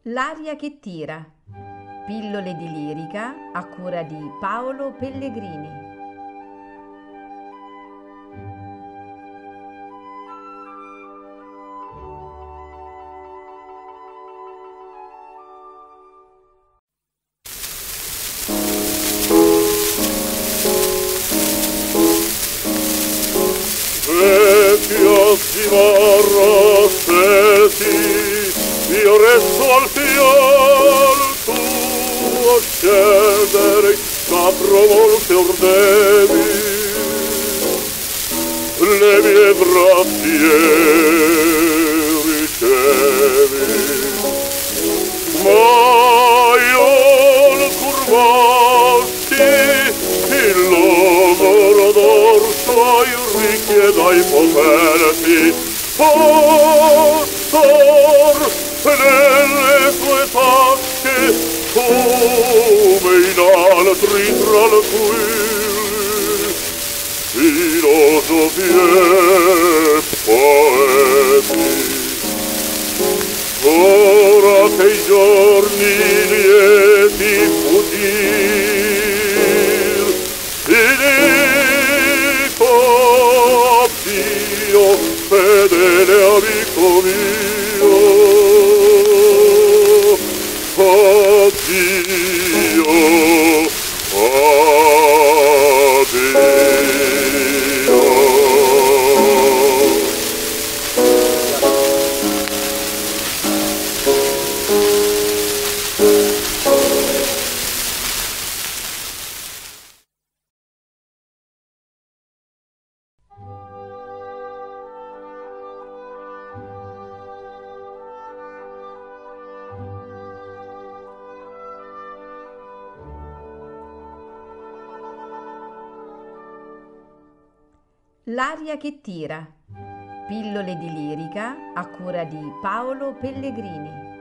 L'aria che tira. Pillole di lirica a cura di Paolo Pellegrini. Vecchia cimarra senti, io resto al tuo scendere, capro molte ordevi, le mie braccieri ricevi, ma io curvasti il loro dorso ai ricchi ed ai potenti, pastor nelle tue tasche come in altri tranquilli filosofie e poeti. Ora che i giorni lieti fuggir, ti dico addio, fedele amico mio, addio, addio. L'aria che tira. Pillole di lirica a cura di Paolo Pellegrini.